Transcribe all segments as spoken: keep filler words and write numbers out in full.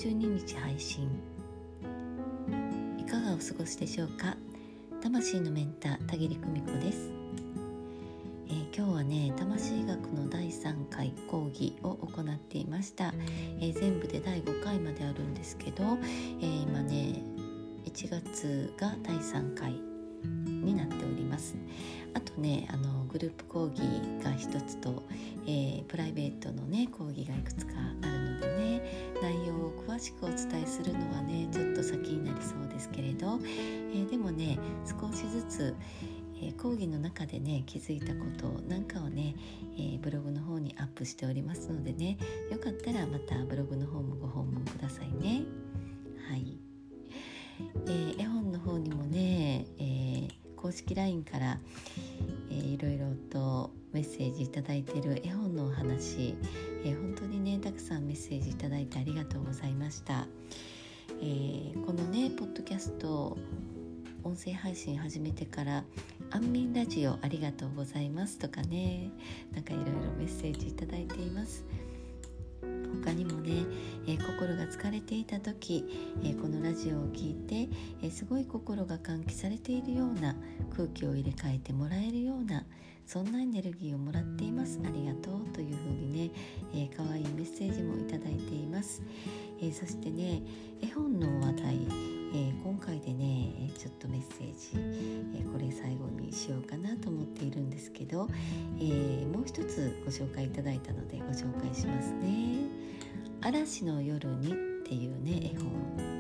じゅうににち配信。いかがお過ごしでしょうか。魂のメンター田切久美子です。えー、今日はね魂学のだいさんかい講義を行っていました。えー、全部でだいごかいまであるんですけど、えー、今ねいちがつがだいさんかいになっております。あとねあのグループ講義が一つと、えー、プライベートのね講義がいくつかあるのでね、内容を詳しくお伝えするのはねちょっと先になりそうですけれど、えー、でもね少しずつ、えー、講義の中でね気づいたことなんかをね、えー、ブログの方にアップしておりますのでね、よかったらまたブログの方もご訪問くださいね。はい、えー、絵本の方にもね、えー、公式 ライン から、えー、いろいろとメッセージいただいている絵本のお話、えー、本当にねたくさんメッセージいただいてありがとうございました。えー、このねポッドキャスト音声配信始めてから安眠ラジオありがとうございますとかね、なんかいろいろメッセージいただいています。他にもね、えー、心が疲れていた時、えー、このラジオを聞いて、えー、すごい心が喚起されているような空気を入れ替えてもらえるようなそんなエネルギーをもらっています、ありがとうというふうにね、えー、かわいいメッセージもいただいています。えー、そしてね絵本の話題、えー、今回でねちょっとメッセージ、えー、これ最後にしようかなと思っているんですけど、えー、もう一つご紹介いただいたのでご紹介しますね。嵐の夜にっていうね絵本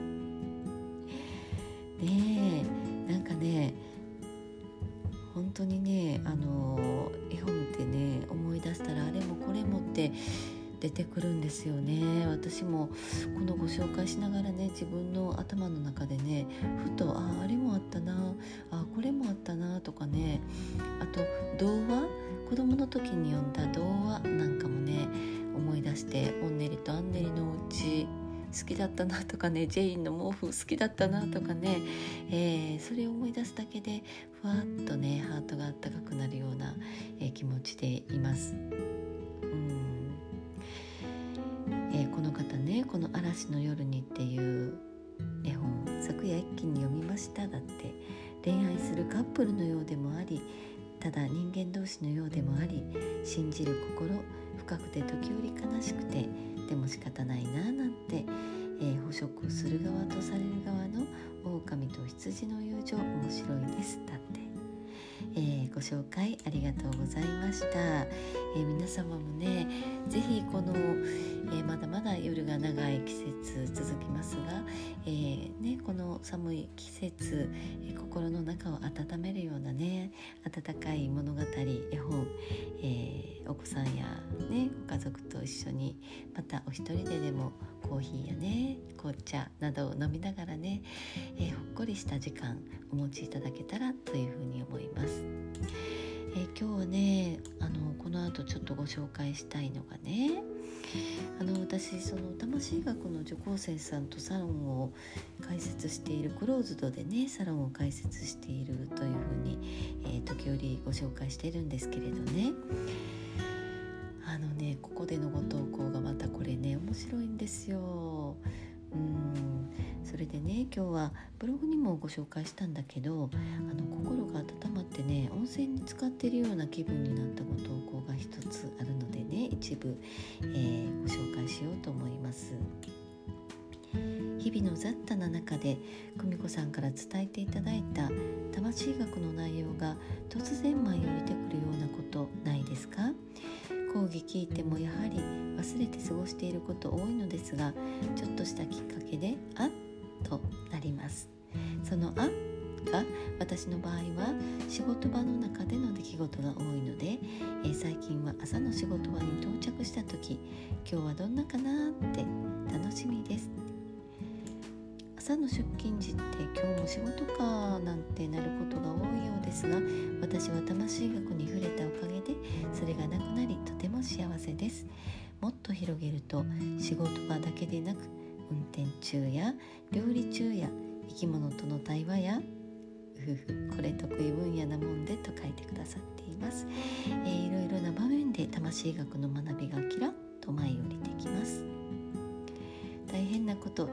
ねえ、なんかね本当にねあの絵本ってね思い出したらあれもこれもって出てくるんですよね。私もこのご紹介しながらね自分の頭の中でねふとああれもあったなあこれもあったなとかね、あと童話、子供の時に読んだ童話なんかもね思い出して、オンネリとアンネリのお家好きだったなとかね、ジェインの毛布好きだったなとかね、えー、それを思い出すだけでふわっとねハートがあったかくなるような、えー、気持ちでいます。うんえー、この方ねこの嵐の夜にっていう絵本昨夜一気に読みました。だって恋愛するカップルのようでもあり、ただ人間同士のようでもあり、信じる心深くて時折悲しくてでも仕方ないななんて、えー、捕食する側とされる側の狼と羊の友情面白いです。だって、えー、ご紹介ありがとうございました。えー、皆様もねぜひこの、えー、まだまだ夜が長い季節続きますが、えーね、この寒い季節、えー、心の中を温めるようなね温かい物語絵本、えー、お子さんや、ね、ご家族と一緒にまたお一人ででもコーヒーやね紅茶などを飲みながらね、えー、ほっこりした時間お持ちいただけたらというふうに思います。えー、今日はねあのこの後ちょっとご紹介したいのがね、あの私その魂学の受講生さんとサロンを開設しているクローズドでねサロンを開設しているというふうに、えー、時折ご紹介しているんですけれどね、あのねここでのご投稿がまたこれね面白いんですよ。うんそれでね今日はブログにもご紹介したんだけど、あの心が温まってね温泉に浸かっているような気分になったご投稿が一つあるのでね一部、えー、ご紹介しようと思います。日々の雑多な中で久美子さんから伝えていただいた魂学の内容が突然舞い降りてくるようなことないですか？講義聞いてもやはり忘れて過ごしていること多いのですが、ちょっとしたきっかけであっとなります。そのあが私の場合は仕事場の中での出来事が多いので、えー、最近は朝の仕事場に到着した時、今日はどんなかなって楽しみです。朝の出勤時って今日も仕事かなんてなることが多いようですが、私は魂学に触れたおかげでそれがなくなりとても幸せです。もっと広げると仕事場だけでなく運転中や料理中や生き物との対話や夫婦これ得意分野なもんでと書いてくださっています。えー、いろいろな場面で魂学の学びがキラッと舞い降りてきます。大変なこと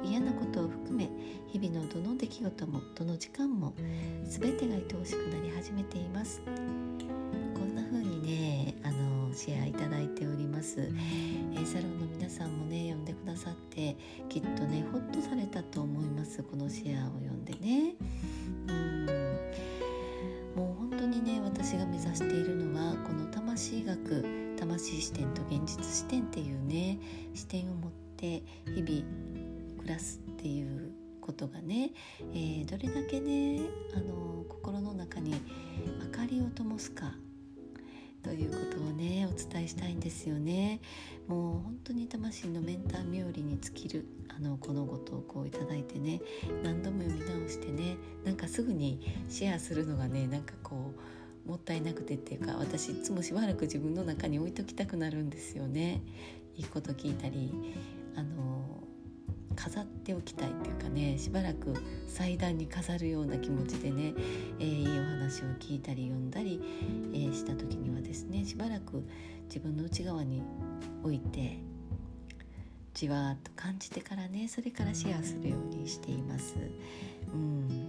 どの出来事もどの時間も全てが愛おしくなり始めています。こんな風にねあのシェアいただいております。えー、サロンの皆さんもね読んでくださってきっとねほっとされたと思います。このシェアを読んでね、うんもう本当にね私が目指しているのはこの魂学、魂視点と現実視点っていうね視点を持って日々暮らすっていうことがね、えー、どれだけねあの心の中に明かりを灯すかということをねお伝えしたいんですよね。もう本当に魂のメンター冥利に尽きるあのこのご投稿をいただいてね何度も読み直してねなんかすぐにシェアするのがねなんかこうもったいなくてっていうか私いつもしばらく自分の中に置いときたくなるんですよね。いいこと聞いたりあの飾っておきたいっていうかねしばらく祭壇に飾るような気持ちでね、えー、いいお話を聞いたり読んだり、えー、した時にはですねしばらく自分の内側に置いてじわーっと感じてからねそれからシェアするようにしています。うん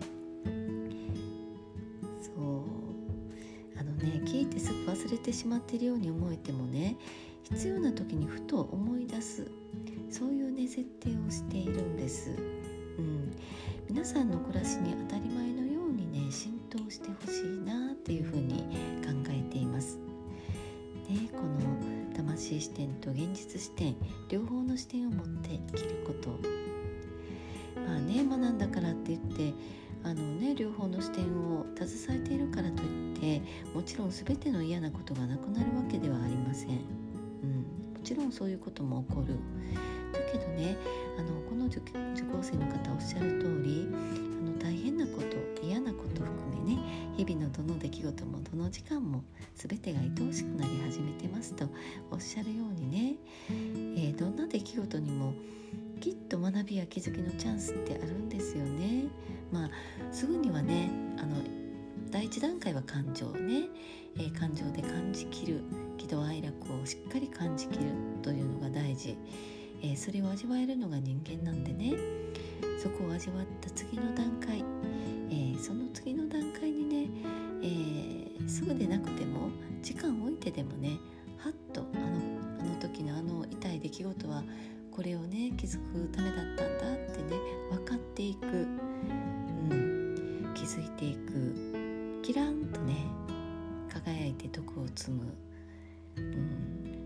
そうあのね聞いてすぐ忘れてしまっているように思えてもね必要な時にふと思い出すそういうね設定をしているんです、うん、皆さんの暮らしに当たり前のようにね浸透してほしいなっていうふうに考えています、ね、この魂視点と現実視点両方の視点を持って生きることまあね学んだからって言ってあのね両方の視点を携えているからといってもちろん全ての嫌なことがなくなるわけではありません、うん、もちろんそういうことも起こるだけどねあのこの受講生の方おっしゃる通りあの大変なこと嫌なことを含めね日々のどの出来事もどの時間も全てが愛おしくなり始めてますとおっしゃるようにね、えー、どんな出来事にもきっと学びや気づきのチャンスってあるんですよね。まあすぐにはねあの第一段階は感情ね、えー、感情で感じきる喜怒哀楽をしっかり感じきるというのが大事、えー、それを味わえるのが人間なんでねそこを味わった次の段階、えー、その次の段階にね、えー、すぐでなくても時間を置いてでもねはっとあの、あの時のあの痛い出来事はこれをね気づくためだったんだってね分かっていく、うん、気づいていくキランとね輝いて徳を積む、うん、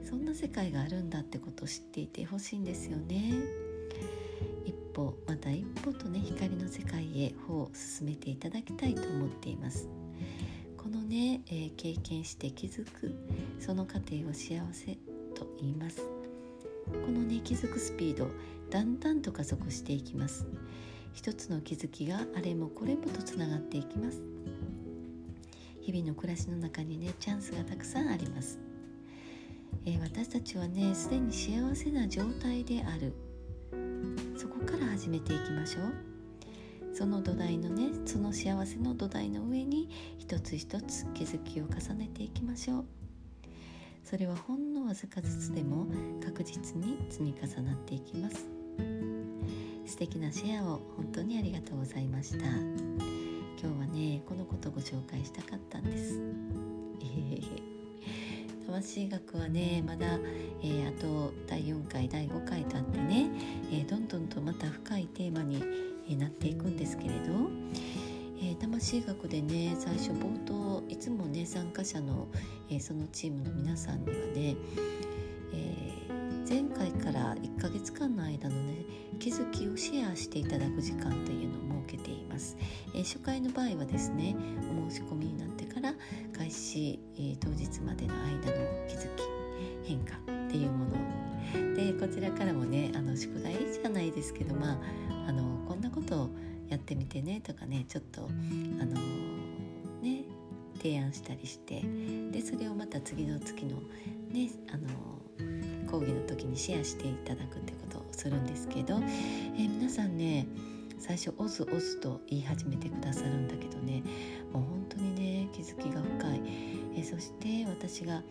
そんな世界があるんだってことを知っていてほしいんですよね。一歩また一歩とね光の世界へ歩を進めていただきたいと思っています。このね、えー、経験して気づくその過程を幸せと言います。このね気づくスピードだんだんと加速していきます。一つの気づきがあれもこれもとつながっていきます。日々の暮らしの中にねチャンスがたくさんあります、えー、私たちはねすでに幸せな状態であるそこから始めていきましょう。その土台のねその幸せの土台の上に一つ一つ気づきを重ねていきましょう。それはほんのわずかずつでも確実に積み重なっていきます。素敵なシェアを本当にありがとうございました。今日はねこのことをご紹介したかったんです。えー、魂学はねまだ、えー、あとだいよんかいだいごかいとあってね、えー、どんどんとまた深いテーマに、えー、なっていくんですけれど、えー、魂学でね最初冒頭いつもね参加者の、えー、そのチームの皆さんにはね、えー、前回からいっかげつかんの間のね気づきをシェアしていただく時間というのを設けています、えー、初回の場合はですねお申し込みになってから開始、えー、当日までの間の気づき変化っていうものでこちらからもねあの宿題じゃないですけどまああのこんなことをやってみてねとかねちょっとあのね提案したりしてでそれをまた次の月のねあの講義の時にシェアしていただくってことをするんですけど、えー、皆さんね最初オズオズと言い始めてくださるんだけどねもう本当にね気づきが深い、えー、そして私が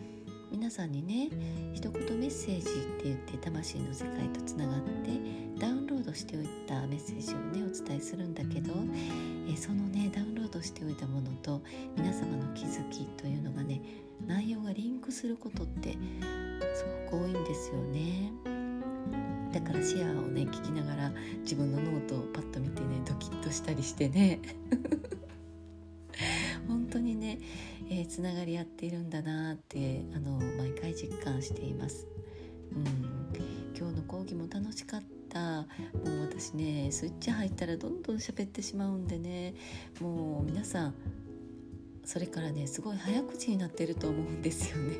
皆さんにね一言メッセージって言って魂の世界とつながってダウンロードしておいたメッセージをねお伝えするんだけど、えそのねダウンロードしておいたものと皆様の気づきというのがね内容がリンクすることってすごく多いんですよね。だからシェアをね聞きながら自分のノートをパッと見てねドキッとしたりしてね本当にね、えー、つながり合っているんだなってあの毎回実感しています。うん、今日の講義も楽しかった。もう私ねスイッチ入ったらどんどん喋ってしまうんでね、もう皆さんそれからねすごい早口になってると思うんですよね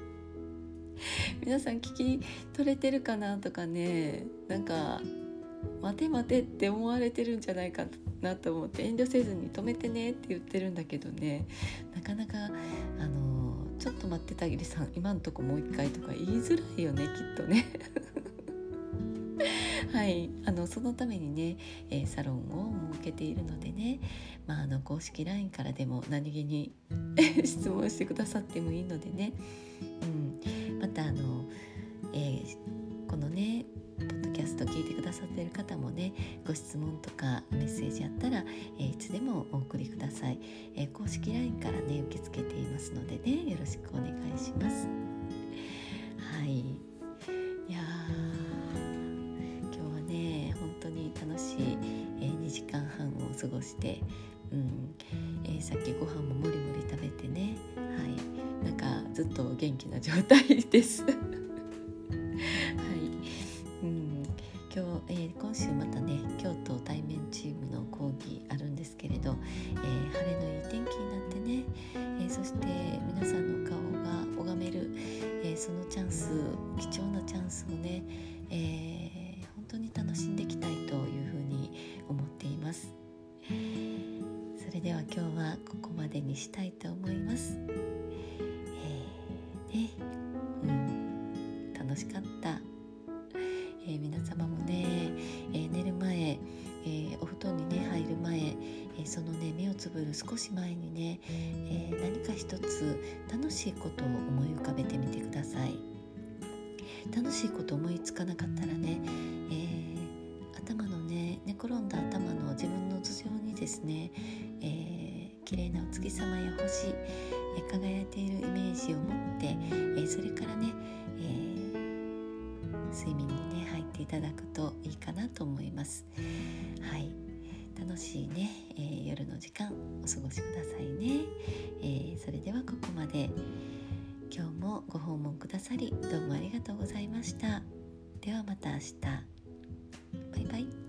皆さん聞き取れてるかなとかね、なんか待て待てって思われてるんじゃないかなと思って遠慮せずに止めてねって言ってるんだけどね、なかなかあのちょっと待ってたぎりさん今んとこもう一回とか言いづらいよねきっとねはい、あのそのためにね、えー、サロンを設けているのでね、まあ、あの公式 ライン からでも何気に質問してくださってもいいのでね、うん、またあの、えー、このねポッドキャスト聞いてくださっている方もねご質問とかメッセージあったら、えー、いつでもお送りください、えー、公式 ライン からね受け付けていますのでねよろしくお願いします。はい、いや今日はね本当に楽しい、えー、にじかんはんを過ごして、うんえー、さっきご飯ももりもり食べてね、はい、なんかずっと元気な状態ですはい、うん、今日、えー、今週またね京都対面チームの講義あるんですけれど、えー、晴れのいい天気になってね、えー、そして皆さんの顔が拝める、えー、そのチャンス貴重なチャンスをね、えー、本当に楽しんでいきたいというふうに思っています。それでは今日はここまでにしたいと思います。えー、ね、うん、楽しかった。えー、皆様もね、えー、寝る前、えー、お布団にね入る前、えー、そのね目をつぶる少し前にね、えー、何か一つ楽しいことを思い浮かべてみてください。楽しいこと思いつかなかったらね、えー、頭のね寝転んだ頭の自分の頭上にですね、えー、綺麗なお月様や星、えー、輝いているイメージを持って、えー、それからね、えー、睡眠にね入っていただくといいかなと思います。はい、楽しいね、えー、夜の時間お過ごしくださいね。えー、それではここまで。今日もご訪問くださりどうもありがとうございました。ではまた明日。バイバイ。